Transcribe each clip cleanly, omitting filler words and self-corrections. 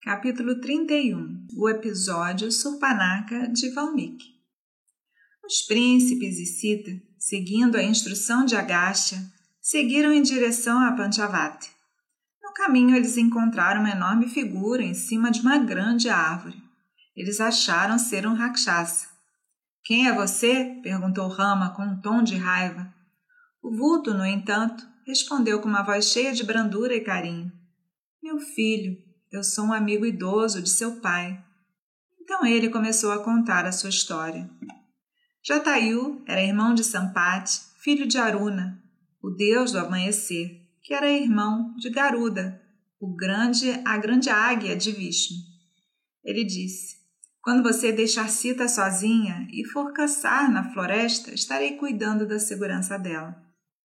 Capítulo 31. O episódio Surpanaka de Valmiki. Os príncipes e Sita, seguindo a instrução de Agastya, seguiram em direção a Panchavati. No caminho eles encontraram uma enorme figura em cima de uma grande árvore. Eles acharam ser um Rakshasa. — Quem é você? — perguntou Rama com um tom de raiva. O vulto, no entanto, respondeu com uma voz cheia de brandura e carinho. — Meu filho, eu sou um amigo idoso de seu pai. Então ele começou a contar a sua história. Jatayu era irmão de Sampati, filho de Aruna, o deus do amanhecer, que era irmão de Garuda, a grande águia de Vishnu. Ele disse: quando você deixar Sita sozinha e for caçar na floresta, estarei cuidando da segurança dela.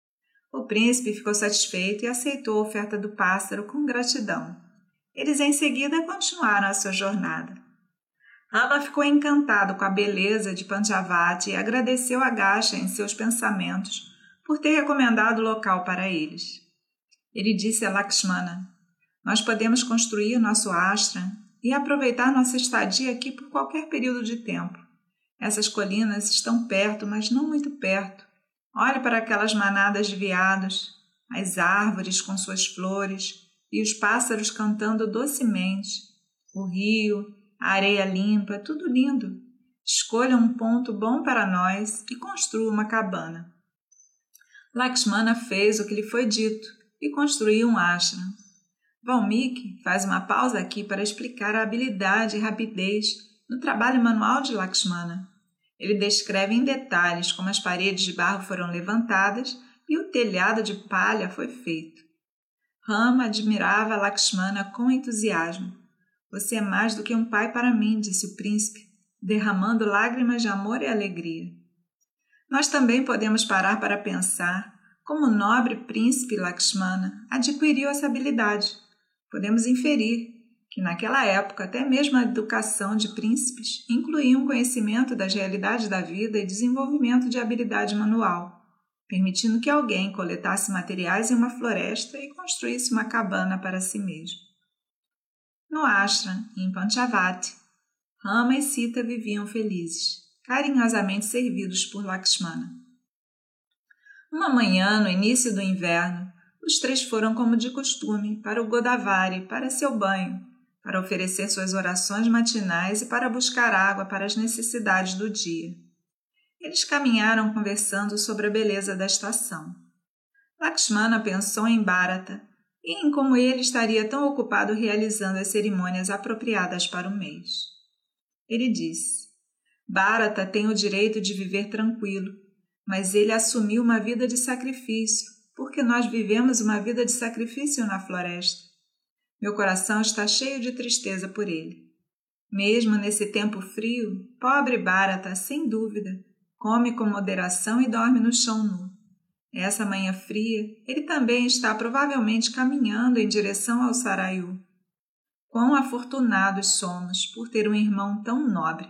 O príncipe ficou satisfeito e aceitou a oferta do pássaro com gratidão. Eles em seguida continuaram a sua jornada. Rama ficou encantado com a beleza de Panchavati e agradeceu a Agastya em seus pensamentos por ter recomendado o local para eles. Ele disse a Lakshmana: nós podemos construir nosso ashram e aproveitar nossa estadia aqui por qualquer período de tempo. Essas colinas estão perto, mas não muito perto. Olhe para aquelas manadas de veados, as árvores com suas flores e os pássaros cantando docemente. O rio, a areia limpa, tudo lindo. Escolha um ponto bom para nós e construa uma cabana. Lakshmana fez o que lhe foi dito e construiu um ashram. Valmiki faz uma pausa aqui para explicar a habilidade e rapidez no trabalho manual de Lakshmana. Ele descreve em detalhes como as paredes de barro foram levantadas e o telhado de palha foi feito. Rama admirava Lakshmana com entusiasmo. Você é mais do que um pai para mim, disse o príncipe, derramando lágrimas de amor e alegria. Nós também podemos parar para pensar como o nobre príncipe Lakshmana adquiriu essa habilidade. Podemos inferir que naquela época até mesmo a educação de príncipes incluía um conhecimento das realidades da vida e desenvolvimento de habilidade manual, permitindo que alguém coletasse materiais em uma floresta e construísse uma cabana para si mesmo. No ashram, em Panchavati, Rama e Sita viviam felizes, carinhosamente servidos por Lakshmana. Uma manhã, no início do inverno, os três foram como de costume para o Godavari, para seu banho, para oferecer suas orações matinais e para buscar água para as necessidades do dia. Eles caminharam conversando sobre a beleza da estação. Lakshmana pensou em Bharata e em como ele estaria tão ocupado realizando as cerimônias apropriadas para o mês. Ele disse: Bharata tem o direito de viver tranquilo, mas ele assumiu uma vida de sacrifício, porque nós vivemos uma vida de sacrifício na floresta. Meu coração está cheio de tristeza por ele. Mesmo nesse tempo frio, pobre Bharata, sem dúvida, come com moderação e dorme no chão nu. Essa manhã fria, ele também está provavelmente caminhando em direção ao Sarayu. Quão afortunados somos por ter um irmão tão nobre.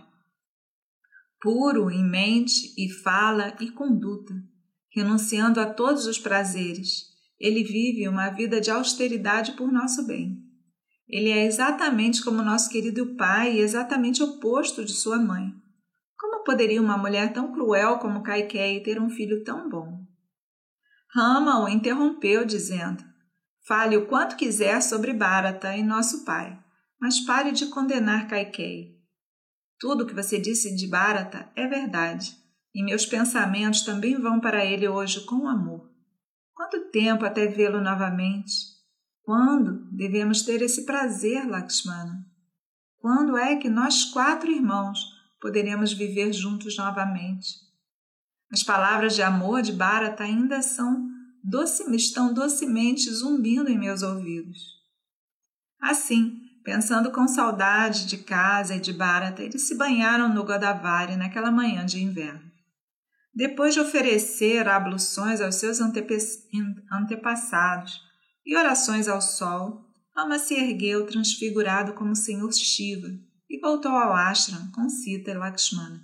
Puro em mente e fala e conduta, renunciando a todos os prazeres, ele vive uma vida de austeridade por nosso bem. Ele é exatamente como nosso querido pai e exatamente oposto de sua mãe. Como poderia uma mulher tão cruel como Kaikeyi ter um filho tão bom? Rama o interrompeu, dizendo: fale o quanto quiser sobre Bharata e nosso pai, mas pare de condenar Kaikeyi. Tudo o que você disse de Bharata é verdade, e meus pensamentos também vão para ele hoje com amor. Quanto tempo até vê-lo novamente? Quando devemos ter esse prazer, Lakshmana? Quando é que nós 4 irmãos poderemos viver juntos novamente? As palavras de amor de Bharata ainda estão docemente zumbindo em meus ouvidos. Assim, pensando com saudade de casa e de Bharata, eles se banharam no Godavari naquela manhã de inverno. Depois de oferecer abluções aos seus antepassados e orações ao sol, Rama se ergueu transfigurado como o Senhor Shiva e voltou ao ashram com Sita e Lakshmana.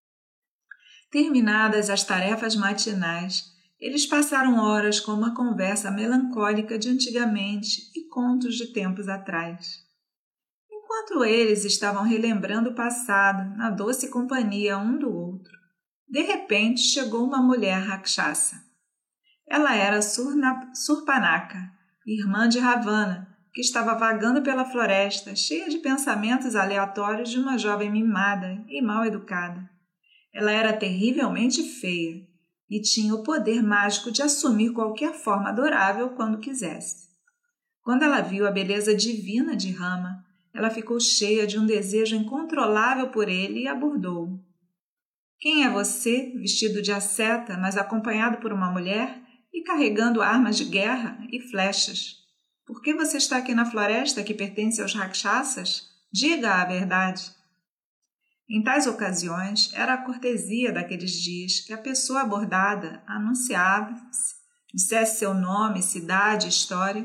Terminadas as tarefas matinais, eles passaram horas com uma conversa melancólica de antigamente e contos de tempos atrás. Enquanto eles estavam relembrando o passado, na doce companhia um do outro, de repente chegou uma mulher Rakshasa. Ela era Surpanaka, irmã de Ravana, que estava vagando pela floresta, cheia de pensamentos aleatórios de uma jovem mimada e mal educada. Ela era terrivelmente feia e tinha o poder mágico de assumir qualquer forma adorável quando quisesse. Quando ela viu a beleza divina de Rama, ela ficou cheia de um desejo incontrolável por ele e abordou-o. Quem é você, vestido de asceta, mas acompanhado por uma mulher e carregando armas de guerra e flechas? Por que você está aqui na floresta que pertence aos Rakshasas? Diga a verdade. Em tais ocasiões, era a cortesia daqueles dias que a pessoa abordada anunciava-se, dissesse seu nome, cidade, história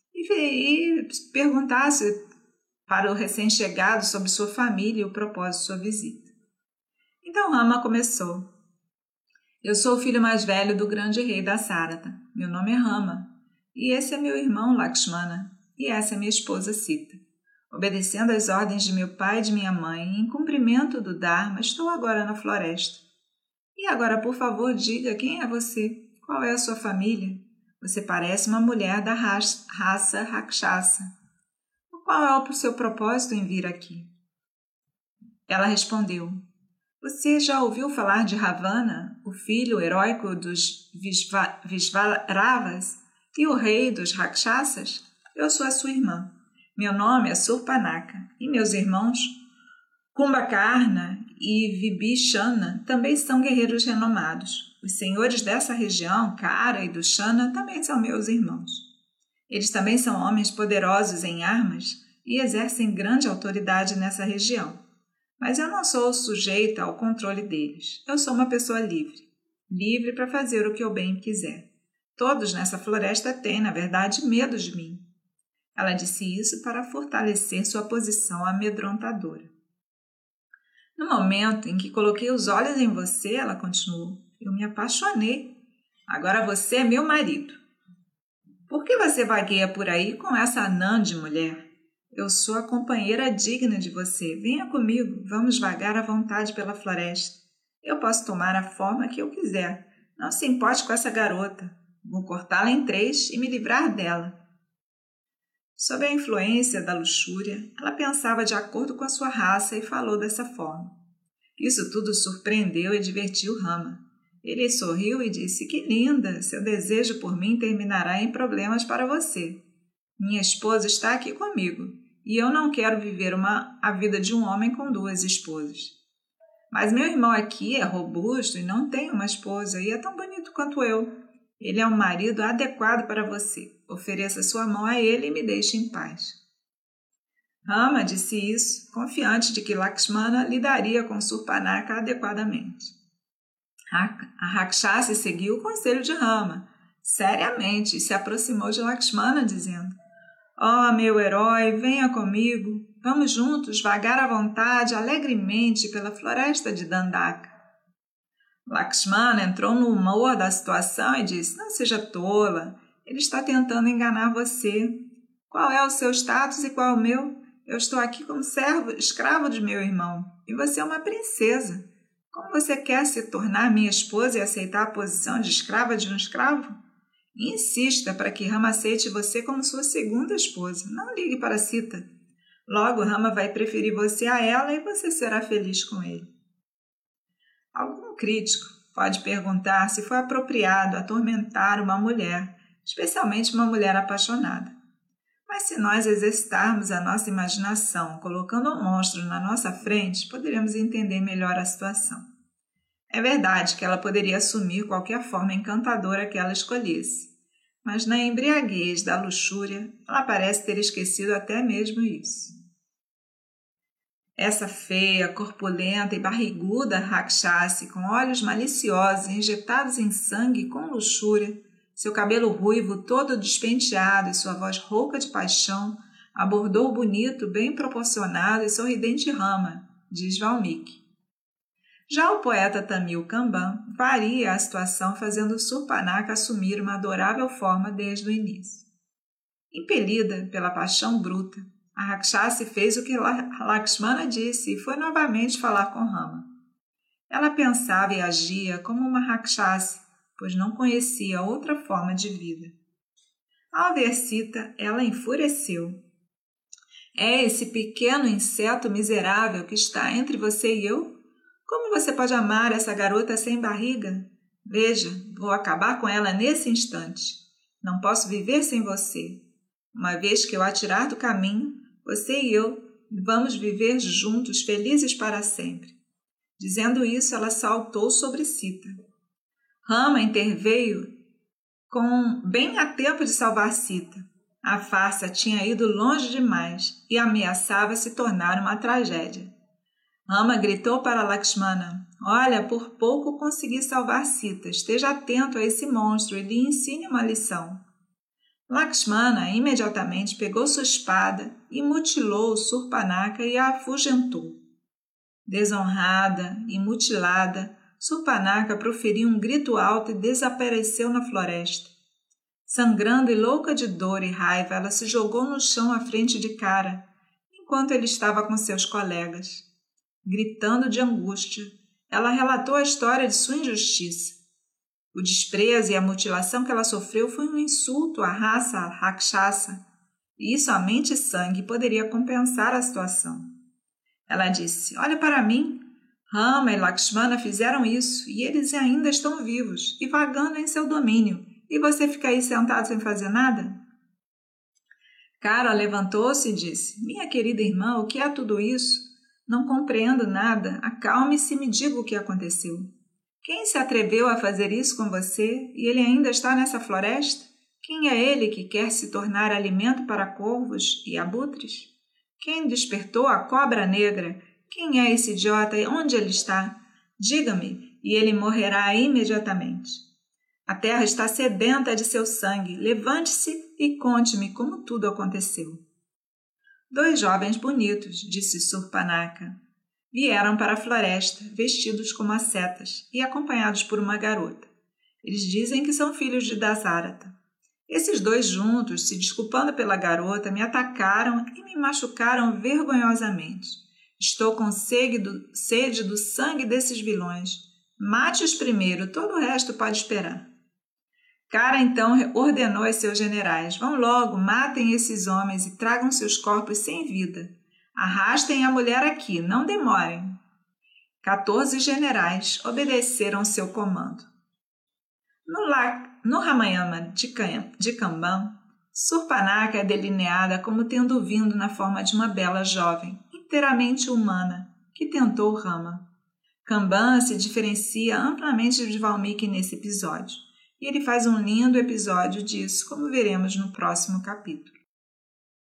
e perguntasse para o recém-chegado sobre sua família e o propósito de sua visita. Então Rama começou. Eu sou o filho mais velho do grande rei da Sarata. Meu nome é Rama. E esse é meu irmão Lakshmana. E essa é minha esposa Sita. Obedecendo às ordens de meu pai e de minha mãe, em cumprimento do Dharma, estou agora na floresta. E agora, por favor, diga quem é você? Qual é a sua família? Você parece uma mulher da raça Rakshasa. Qual é o seu propósito em vir aqui? Ela respondeu. Você já ouviu falar de Ravana, o filho heróico dos Vishvaravas e o rei dos Rakshasas? Eu sou a sua irmã. Meu nome é Surpanaka e meus irmãos Kumbhakarna e Vibhishana também são guerreiros renomados. Os senhores dessa região, Kara e Dushana, também são meus irmãos. Eles também são homens poderosos em armas e exercem grande autoridade nessa região. Mas eu não sou sujeita ao controle deles. Eu sou uma pessoa livre para fazer o que eu bem quiser. Todos nessa floresta têm, na verdade, medo de mim. Ela disse isso para fortalecer sua posição amedrontadora. No momento em que coloquei os olhos em você, ela continuou, eu me apaixonei. Agora você é meu marido. Por que você vagueia por aí com essa anã de mulher? Eu sou a companheira digna de você. Venha comigo, vamos vagar à vontade pela floresta. Eu posso tomar a forma que eu quiser. Não se importe com essa garota. Vou cortá-la em 3 e me livrar dela. Sob a influência da luxúria, ela pensava de acordo com a sua raça e falou dessa forma. Isso tudo surpreendeu e divertiu Rama. Ele sorriu e disse, que linda, seu desejo por mim terminará em problemas para você. Minha esposa está aqui comigo, e eu não quero viver a vida de um homem com 2 esposas. Mas meu irmão aqui é robusto e não tem uma esposa, e é tão bonito quanto eu. Ele é um marido adequado para você. Ofereça sua mão a ele e me deixe em paz. Rama disse isso, confiante de que Lakshmana lidaria com Surpanaka adequadamente. A Rakshasa seguiu o conselho de Rama, seriamente, e se aproximou de Lakshmana, dizendo, ó, meu herói, venha comigo, vamos juntos vagar à vontade, alegremente, pela floresta de Dandaka. Lakshmana entrou no humor da situação e disse, não seja tola, ele está tentando enganar você. Qual é o seu status e qual é o meu? Eu estou aqui como servo, escravo de meu irmão, e você é uma princesa. Como você quer se tornar minha esposa e aceitar a posição de escrava de um escravo? Insista para que Rama aceite você como sua segunda esposa. Não ligue para Sita. Logo, Rama vai preferir você a ela e você será feliz com ele. Algum crítico pode perguntar se foi apropriado atormentar uma mulher, especialmente uma mulher apaixonada. Mas se nós exercitarmos a nossa imaginação, colocando um monstro na nossa frente, poderemos entender melhor a situação. É verdade que ela poderia assumir qualquer forma encantadora que ela escolhesse, mas na embriaguez da luxúria, ela parece ter esquecido até mesmo isso. Essa feia, corpulenta e barriguda Rakshasi, com olhos maliciosos injetados em sangue com luxúria, seu cabelo ruivo todo despenteado e sua voz rouca de paixão, abordou o bonito, bem proporcionado e sorridente Rama, diz Valmiki. Já o poeta Tamil Kamban varia a situação fazendo Surpanaka assumir uma adorável forma desde o início. Impelida pela paixão bruta, A Rakshasi fez o que Lakshmana disse e foi novamente falar com Rama. Ela pensava e agia como uma Rakshasi, pois não conhecia outra forma de vida. Ao ver Sita, ela enfureceu. É esse pequeno inseto miserável que está entre você e eu? Como você pode amar essa garota sem barriga? Veja, vou acabar com ela nesse instante. Não posso viver sem você. Uma vez que eu a tirar do caminho, você e eu vamos viver juntos, felizes para sempre. Dizendo isso, ela saltou sobre Sita. Rama interveio bem a tempo de salvar Sita. A farsa tinha ido longe demais e ameaçava se tornar uma tragédia. Rama gritou para Lakshmana: olha, por pouco consegui salvar Sita. Esteja atento a esse monstro e lhe ensine uma lição. Lakshmana imediatamente pegou sua espada e mutilou Surpanaka e a afugentou. Desonrada e mutilada, Surpanaka proferiu um grito alto e desapareceu na floresta. Sangrando e louca de dor e raiva, ela se jogou no chão à frente de Kara, enquanto ele estava com seus colegas. Gritando de angústia, ela relatou a história de sua injustiça. O desprezo e a mutilação que ela sofreu foi um insulto à raça Rakshasa, e somente sangue poderia compensar a situação. Ela disse: olha para mim, Rama e Lakshmana fizeram isso e eles ainda estão vivos e vagando em seu domínio, e você fica aí sentado sem fazer nada? Kara levantou-se e disse: minha querida irmã, o que é tudo isso? Não compreendo nada, acalme-se e me diga o que aconteceu. Quem se atreveu a fazer isso com você e ele ainda está nessa floresta? Quem é ele que quer se tornar alimento para corvos e abutres? Quem despertou a cobra negra? Quem é esse idiota e onde ele está? Diga-me, e ele morrerá imediatamente. A terra está sedenta de seu sangue. Levante-se e conte-me como tudo aconteceu. 2 jovens bonitos, disse Surpanaka, vieram para a floresta, vestidos como ascetas e acompanhados por uma garota. Eles dizem que são filhos de Dasarata. Esses 2 juntos, se desculpando pela garota, me atacaram e me machucaram vergonhosamente. Estou com sede do sangue desses vilões. Mate-os primeiro, todo o resto pode esperar. Kara então ordenou aos seus generais: vão logo, matem esses homens e tragam seus corpos sem vida. Arrastem a mulher aqui, não demorem. 14 generais obedeceram seu comando. No Ramayana de Kamban, Surpanaka é delineada como tendo vindo na forma de uma bela jovem, inteiramente humana, que tentou Rama. Kamban se diferencia amplamente de Valmiki nesse episódio, e ele faz um lindo episódio disso, como veremos no próximo capítulo.